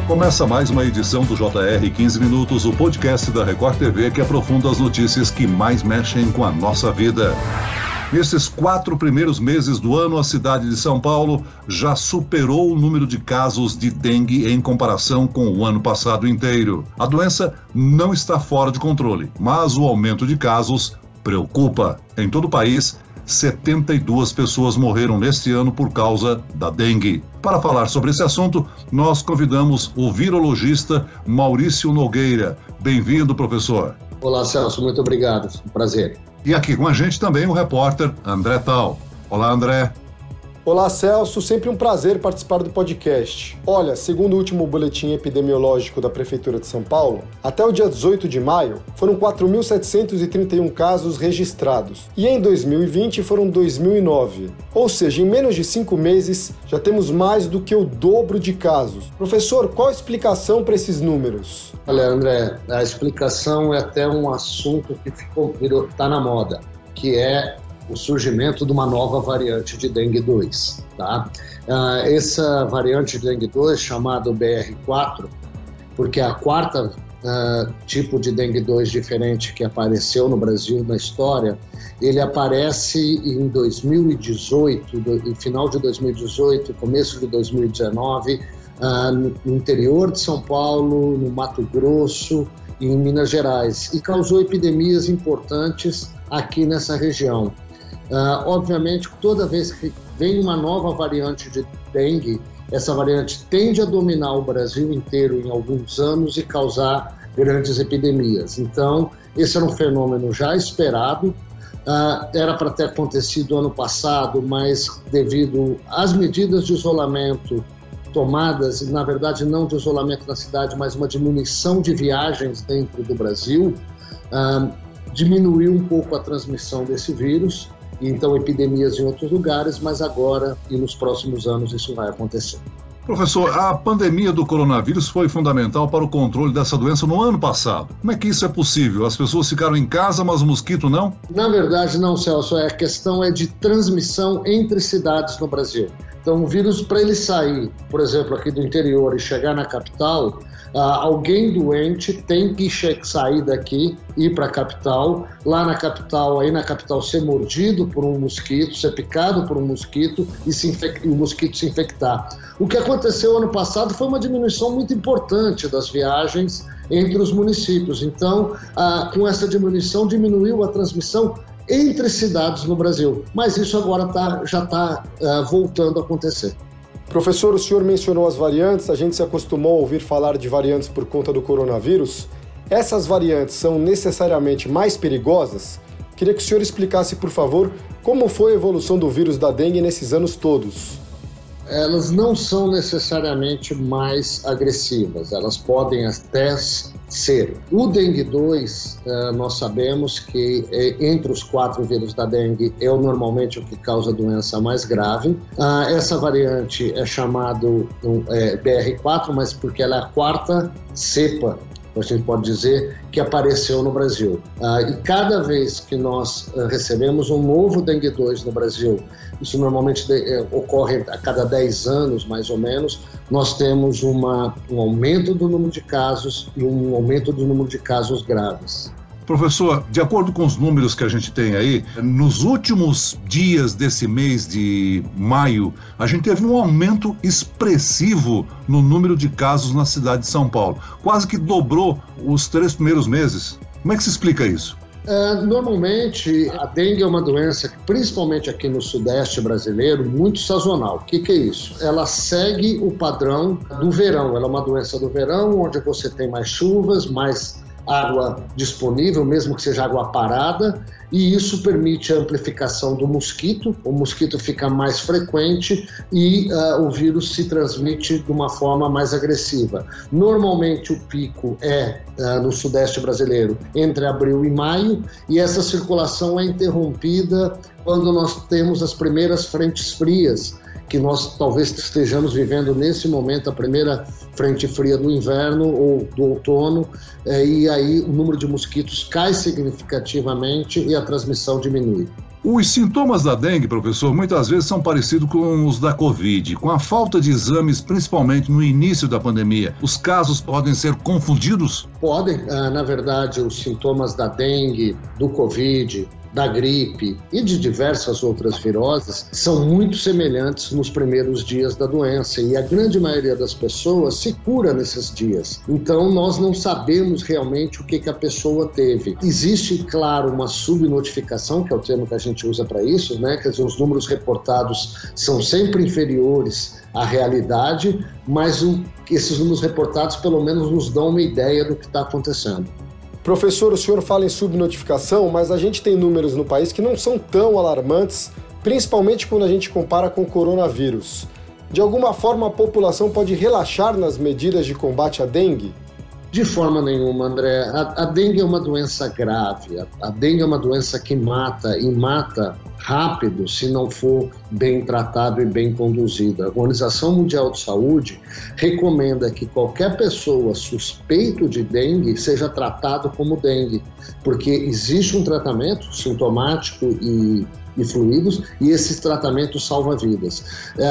Começa mais uma edição do JR 15 Minutos, o podcast da Record TV que aprofunda as notícias que mais mexem com a nossa vida. Nesses 4 primeiros meses do ano, a cidade de São Paulo já superou o número de casos de dengue em comparação com o ano passado inteiro. A doença não está fora de controle, mas o aumento de casos preocupa. Em todo o país, 72 pessoas morreram neste ano por causa da dengue. Para falar sobre esse assunto, nós convidamos o virologista Maurício Nogueira. Bem-vindo, professor. Olá, Celso. Muito obrigado. Um prazer. E aqui com a gente também o repórter André Tal. Olá, André. Olá, Celso. Sempre um prazer participar do podcast. Olha, segundo o último boletim epidemiológico da Prefeitura de São Paulo, até o dia 18 de maio, foram 4.731 casos registrados. E em 2020 foram 2.009. Ou seja, em menos de 5 meses, já temos mais do que o dobro de casos. Professor, qual a explicação para esses números? Olha, André, a explicação é até um assunto que está na moda, que é o surgimento de uma nova variante de dengue 2. Tá? Essa variante de dengue 2, chamada BR4, porque é a quarta tipo de dengue 2 diferente que apareceu no Brasil na história, ele aparece em 2018, no final de 2018, começo de 2019, no interior de São Paulo, no Mato Grosso e em Minas Gerais, e causou epidemias importantes aqui nessa região. Obviamente, toda vez que vem uma nova variante de dengue, essa variante tende a dominar o Brasil inteiro em alguns anos e causar grandes epidemias. Então, esse era um fenômeno já esperado, era para ter acontecido ano passado, mas devido às medidas de isolamento tomadas, na verdade não de isolamento na cidade, mas uma diminuição de viagens dentro do Brasil, diminuiu um pouco a transmissão desse vírus. Então, epidemias em outros lugares, mas agora e nos próximos anos isso vai acontecer. Professor, a pandemia do coronavírus foi fundamental para o controle dessa doença no ano passado. Como é que isso é possível? As pessoas ficaram em casa, mas o mosquito não? Na verdade, não, Celso. A questão é de transmissão entre cidades no Brasil. Então, o vírus, para ele sair, por exemplo, aqui do interior e chegar na capital, alguém doente tem que sair daqui, ir para a capital, lá na capital ser mordido por um mosquito, ser picado por um mosquito e o mosquito se infectar. O que aconteceu ano passado foi uma diminuição muito importante das viagens entre os municípios. Então, com essa diminuição, diminuiu a transmissão entre cidades no Brasil. Mas isso agora já está voltando a acontecer. Professor, o senhor mencionou as variantes, a gente se acostumou a ouvir falar de variantes por conta do coronavírus. Essas variantes são necessariamente mais perigosas? Queria que o senhor explicasse, por favor, como foi a evolução do vírus da dengue nesses anos todos. Elas não são necessariamente mais agressivas, elas podem até ser. O dengue 2, nós sabemos que entre os 4 vírus da dengue é normalmente o que causa a doença mais grave. Essa variante é chamado BR4, mas porque ela é a quarta cepa, a gente pode dizer, que apareceu no Brasil. E cada vez que nós recebemos um novo dengue 2 no Brasil, isso normalmente ocorre a cada 10 anos, mais ou menos, nós temos um aumento do número de casos e um aumento do número de casos graves. Professor, de acordo com os números que a gente tem aí, nos últimos dias desse mês de maio, a gente teve um aumento expressivo no número de casos na cidade de São Paulo. Quase que dobrou os 3 primeiros meses. Como é que se explica isso? Normalmente, a dengue é uma doença que, principalmente aqui no sudeste brasileiro, muito sazonal. O que é isso? Ela segue o padrão do verão. Ela é uma doença do verão, onde você tem mais chuvas, mais água disponível, mesmo que seja água parada, e isso permite a amplificação do mosquito, o mosquito fica mais frequente e o vírus se transmite de uma forma mais agressiva. Normalmente o pico é no sudeste brasileiro entre abril e maio, e essa circulação é interrompida quando nós temos as primeiras frentes frias, que nós talvez estejamos vivendo nesse momento a primeira frente fria do inverno ou do outono, e aí o número de mosquitos cai significativamente e a transmissão diminui. Os sintomas da dengue, professor, muitas vezes são parecidos com os da Covid. Com a falta de exames, principalmente no início da pandemia, os casos podem ser confundidos? Podem. Na verdade, os sintomas da dengue, do Covid, da gripe e de diversas outras viroses são muito semelhantes nos primeiros dias da doença e a grande maioria das pessoas se cura nesses dias. Então nós não sabemos realmente o que a pessoa teve. Existe, claro, uma subnotificação, que é o termo que a gente usa para isso, né? Quer dizer, os números reportados são sempre inferiores à realidade, mas esses números reportados pelo menos nos dão uma ideia do que está acontecendo. Professor, o senhor fala em subnotificação, mas a gente tem números no país que não são tão alarmantes, principalmente quando a gente compara com o coronavírus. De alguma forma, a população pode relaxar nas medidas de combate à dengue? De forma nenhuma, André. A dengue é uma doença grave. A dengue é uma doença que mata, e mata rápido se não for bem tratado e bem conduzido. A Organização Mundial de Saúde recomenda que qualquer pessoa suspeito de dengue seja tratado como dengue, porque existe um tratamento sintomático e fluidos, e esse tratamento salva vidas.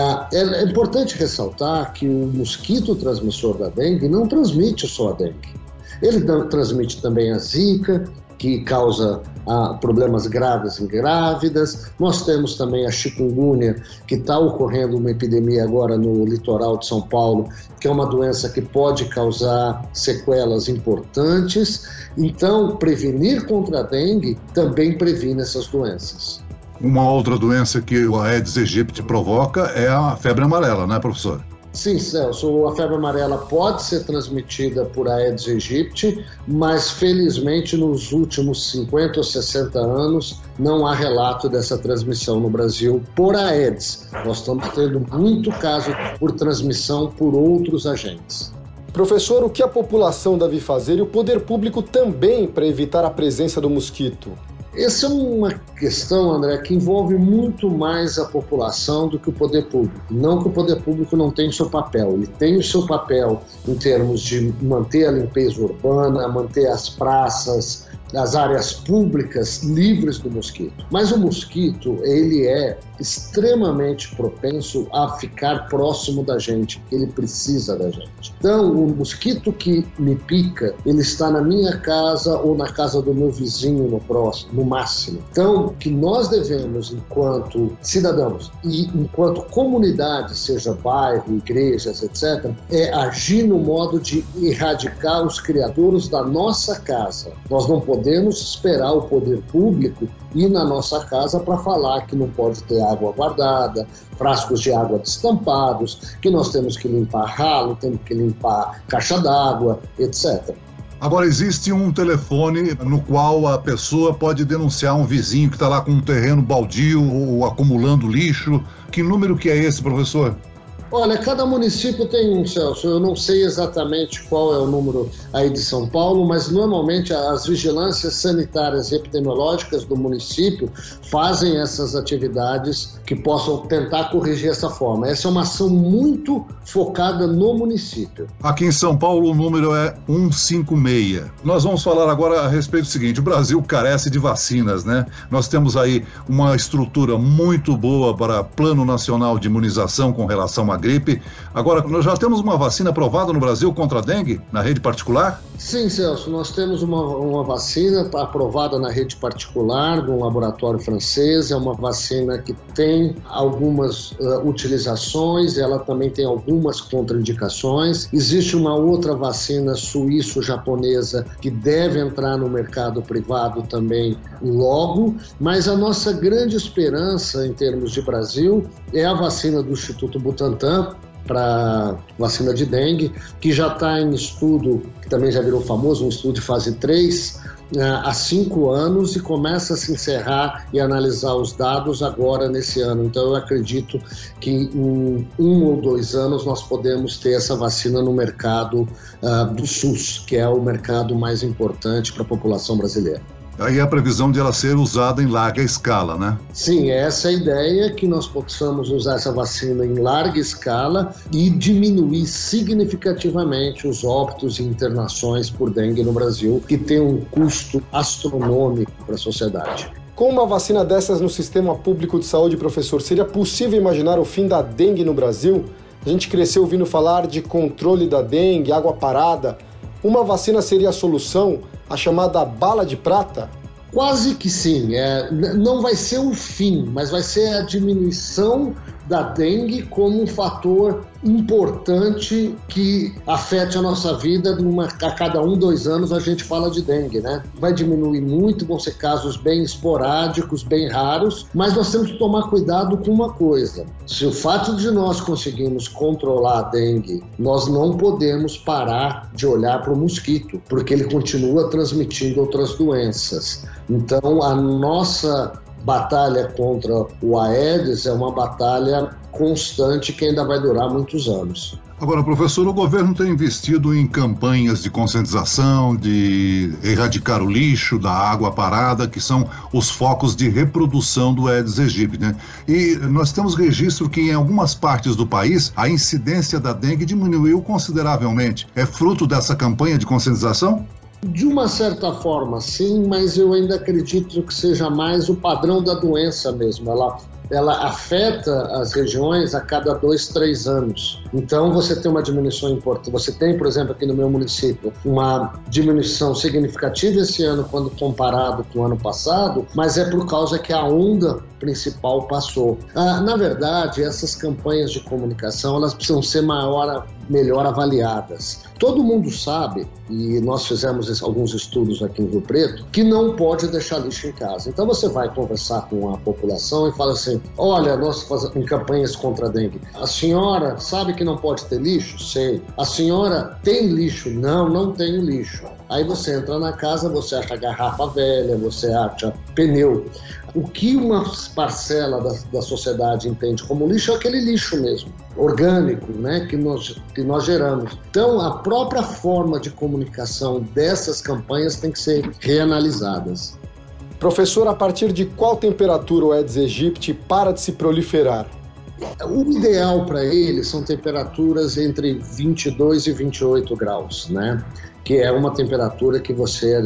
É importante ressaltar que o mosquito transmissor da dengue não transmite só a dengue. Ele transmite também a zika, que causa problemas graves em grávidas. Nós temos também a chikungunya, que está ocorrendo uma epidemia agora no litoral de São Paulo, que é uma doença que pode causar sequelas importantes. Então, prevenir contra a dengue também previne essas doenças. Uma outra doença que o Aedes aegypti provoca é a febre amarela, né, professor? Sim, Celso, a febre amarela pode ser transmitida por Aedes aegypti, mas felizmente nos últimos 50 ou 60 anos não há relato dessa transmissão no Brasil por Aedes. Nós estamos tendo muito caso por transmissão por outros agentes. Professor, o que a população deve fazer e o poder público também para evitar a presença do mosquito? Essa é uma questão, André, que envolve muito mais a população do que o poder público. Não que o poder público não tenha o seu papel, ele tem o seu papel em termos de manter a limpeza urbana, manter as praças, as áreas públicas livres do mosquito. Mas o mosquito, ele é extremamente propenso a ficar próximo da gente, ele precisa da gente. Então, o mosquito que me pica, ele está na minha casa ou na casa do meu vizinho no máximo. Então, o que nós devemos, enquanto cidadãos e enquanto comunidade, seja bairro, igrejas, etc., é agir no modo de erradicar os criadouros da nossa casa. Nós não podemos esperar o poder público ir na nossa casa para falar que não pode ter água guardada, frascos de água destampados, que nós temos que limpar ralo, temos que limpar caixa d'água, etc. Agora, existe um telefone no qual a pessoa pode denunciar um vizinho que está lá com um terreno baldio ou acumulando lixo. Que número que é esse, professor? Olha, cada município tem um, Celso. Eu não sei exatamente qual é o número aí de São Paulo, mas normalmente as vigilâncias sanitárias e epidemiológicas do município fazem essas atividades que possam tentar corrigir essa forma. Essa é uma ação muito focada no município. Aqui em São Paulo o número é 156. Nós vamos falar agora a respeito do seguinte: o Brasil carece de vacinas, né? Nós temos aí uma estrutura muito boa para Plano Nacional de Imunização com relação à gripe. Agora, nós já temos uma vacina aprovada no Brasil contra a dengue, na rede particular? Sim, Celso, nós temos uma vacina aprovada na rede particular, de um laboratório francês. É uma vacina que tem algumas utilizações, ela também tem algumas contraindicações. Existe uma outra vacina suíço-japonesa que deve entrar no mercado privado também logo, mas a nossa grande esperança em termos de Brasil é a vacina do Instituto Butantan, para vacina de dengue, que já está em estudo, que também já virou famoso, um estudo de fase 3, há 5 anos, e começa a se encerrar e analisar os dados agora nesse ano. Então eu acredito que em 1 ou 2 anos nós podemos ter essa vacina no mercado do SUS, que é o mercado mais importante para a população brasileira. Aí a previsão de ela ser usada em larga escala, né? Sim, essa é a ideia, que nós possamos usar essa vacina em larga escala e diminuir significativamente os óbitos e internações por dengue no Brasil, que tem um custo astronômico para a sociedade. Com uma vacina dessas no sistema público de saúde, professor, seria possível imaginar o fim da dengue no Brasil? A gente cresceu ouvindo falar de controle da dengue, água parada. Uma vacina seria a solução, a chamada bala de prata? Quase que sim. Não vai ser o fim, mas vai ser a diminuição da dengue como um fator importante que afete a nossa vida. A cada 2 anos a gente fala de dengue, né? Vai diminuir muito, vão ser casos bem esporádicos, bem raros, mas nós temos que tomar cuidado com uma coisa. Se o fato de nós conseguirmos controlar a dengue, nós não podemos parar de olhar para o mosquito, porque ele continua transmitindo outras doenças. Então, a nossa batalha contra o Aedes é uma batalha constante que ainda vai durar muitos anos. Agora, professor, o governo tem investido em campanhas de conscientização, de erradicar o lixo, da água parada, que são os focos de reprodução do Aedes aegypti, né? E nós temos registro que em algumas partes do país a incidência da dengue diminuiu consideravelmente. É fruto dessa campanha de conscientização? De uma certa forma, sim, mas eu ainda acredito que seja mais o padrão da doença mesmo. Ela afeta as regiões a cada 2-3 anos. Então, você tem uma diminuição importante. Você tem, por exemplo, aqui no meu município, uma diminuição significativa esse ano quando comparado com o ano passado, mas é por causa que a onda principal passou. Na verdade, essas campanhas de comunicação, elas precisam ser melhor avaliadas. Todo mundo sabe, e nós fizemos alguns estudos aqui em Rio Preto, que não pode deixar lixo em casa. Então você vai conversar com a população e fala assim: olha, nós fazemos campanhas contra a dengue. A senhora sabe que não pode ter lixo? Sei. A senhora tem lixo? Não, não tenho lixo. Aí você entra na casa, você acha garrafa velha, você acha pneu. O que uma parcela da sociedade entende como lixo é aquele lixo mesmo, orgânico, né, que nós geramos. Então, a própria forma de comunicação dessas campanhas tem que ser reanalisadas. Professor, a partir de qual temperatura o Aedes aegypti para de se proliferar? O ideal para ele são temperaturas entre 22 e 28 graus, né? Que é uma temperatura que você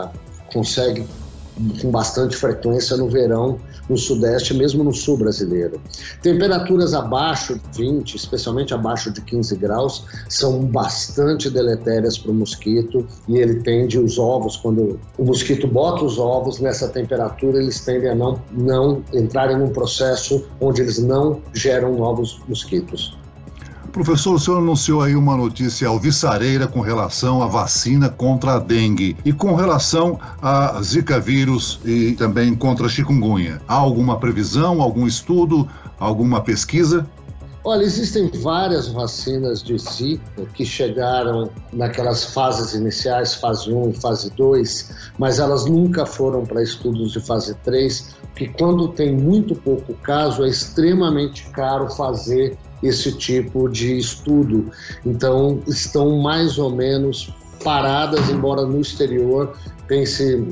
consegue com bastante frequência no verão, no sudeste, mesmo no sul brasileiro. Temperaturas abaixo de 20, especialmente abaixo de 15 graus, são bastante deletérias para o mosquito, e ele tende os ovos, quando o mosquito bota os ovos nessa temperatura, eles tendem a não entrarem num processo onde eles não geram novos mosquitos. Professor, o senhor anunciou aí uma notícia alvissareira com relação à vacina contra a dengue e com relação a Zika vírus e também contra a chikungunya. Há alguma previsão, algum estudo, alguma pesquisa? Olha, existem várias vacinas de Zika que chegaram naquelas fases iniciais, fase 1 e fase 2, mas elas nunca foram para estudos de fase 3, porque quando tem muito pouco caso, é extremamente caro fazer esse tipo de estudo. Então, estão mais ou menos paradas, embora no exterior tem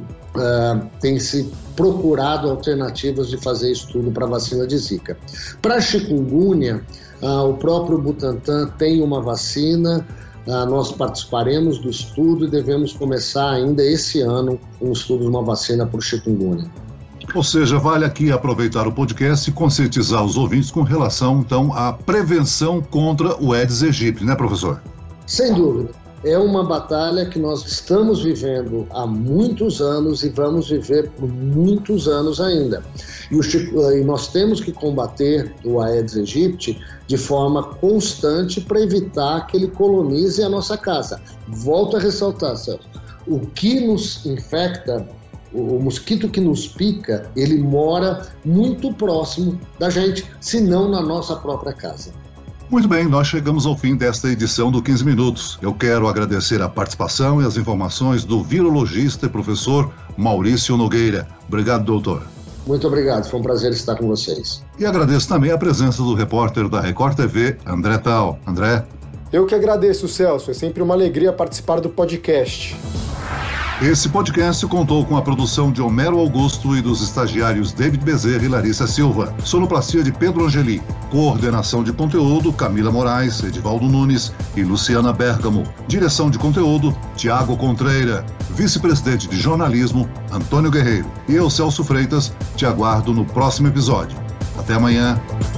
se procurado alternativas de fazer estudo para a vacina de Zika. Para a chikungunya, o próprio Butantan tem uma vacina, nós participaremos do estudo e devemos começar ainda esse ano um estudo de uma vacina para o chikungunya. Ou seja, vale aqui aproveitar o podcast e conscientizar os ouvintes com relação, então, à prevenção contra o Aedes aegypti, né, professor? Sem dúvida. É uma batalha que nós estamos vivendo há muitos anos e vamos viver por muitos anos ainda. E nós temos que combater o Aedes aegypti de forma constante para evitar que ele colonize a nossa casa. Volto a ressaltar, Celso, o que nos infecta, o mosquito que nos pica, ele mora muito próximo da gente, se não na nossa própria casa. Muito bem, nós chegamos ao fim desta edição do 15 Minutos. Eu quero agradecer a participação e as informações do virologista e professor Maurício Nogueira. Obrigado, doutor. Muito obrigado, foi um prazer estar com vocês. E agradeço também a presença do repórter da Record TV, André Tal. André? Eu que agradeço, Celso. É sempre uma alegria participar do podcast. Esse podcast contou com a produção de Homero Augusto e dos estagiários David Bezerra e Larissa Silva. Sonoplastia de Pedro Angeli. Coordenação de conteúdo, Camila Moraes, Edivaldo Nunes e Luciana Bergamo. Direção de conteúdo, Tiago Contreira. Vice-presidente de jornalismo, Antônio Guerreiro. E eu, Celso Freitas, te aguardo no próximo episódio. Até amanhã.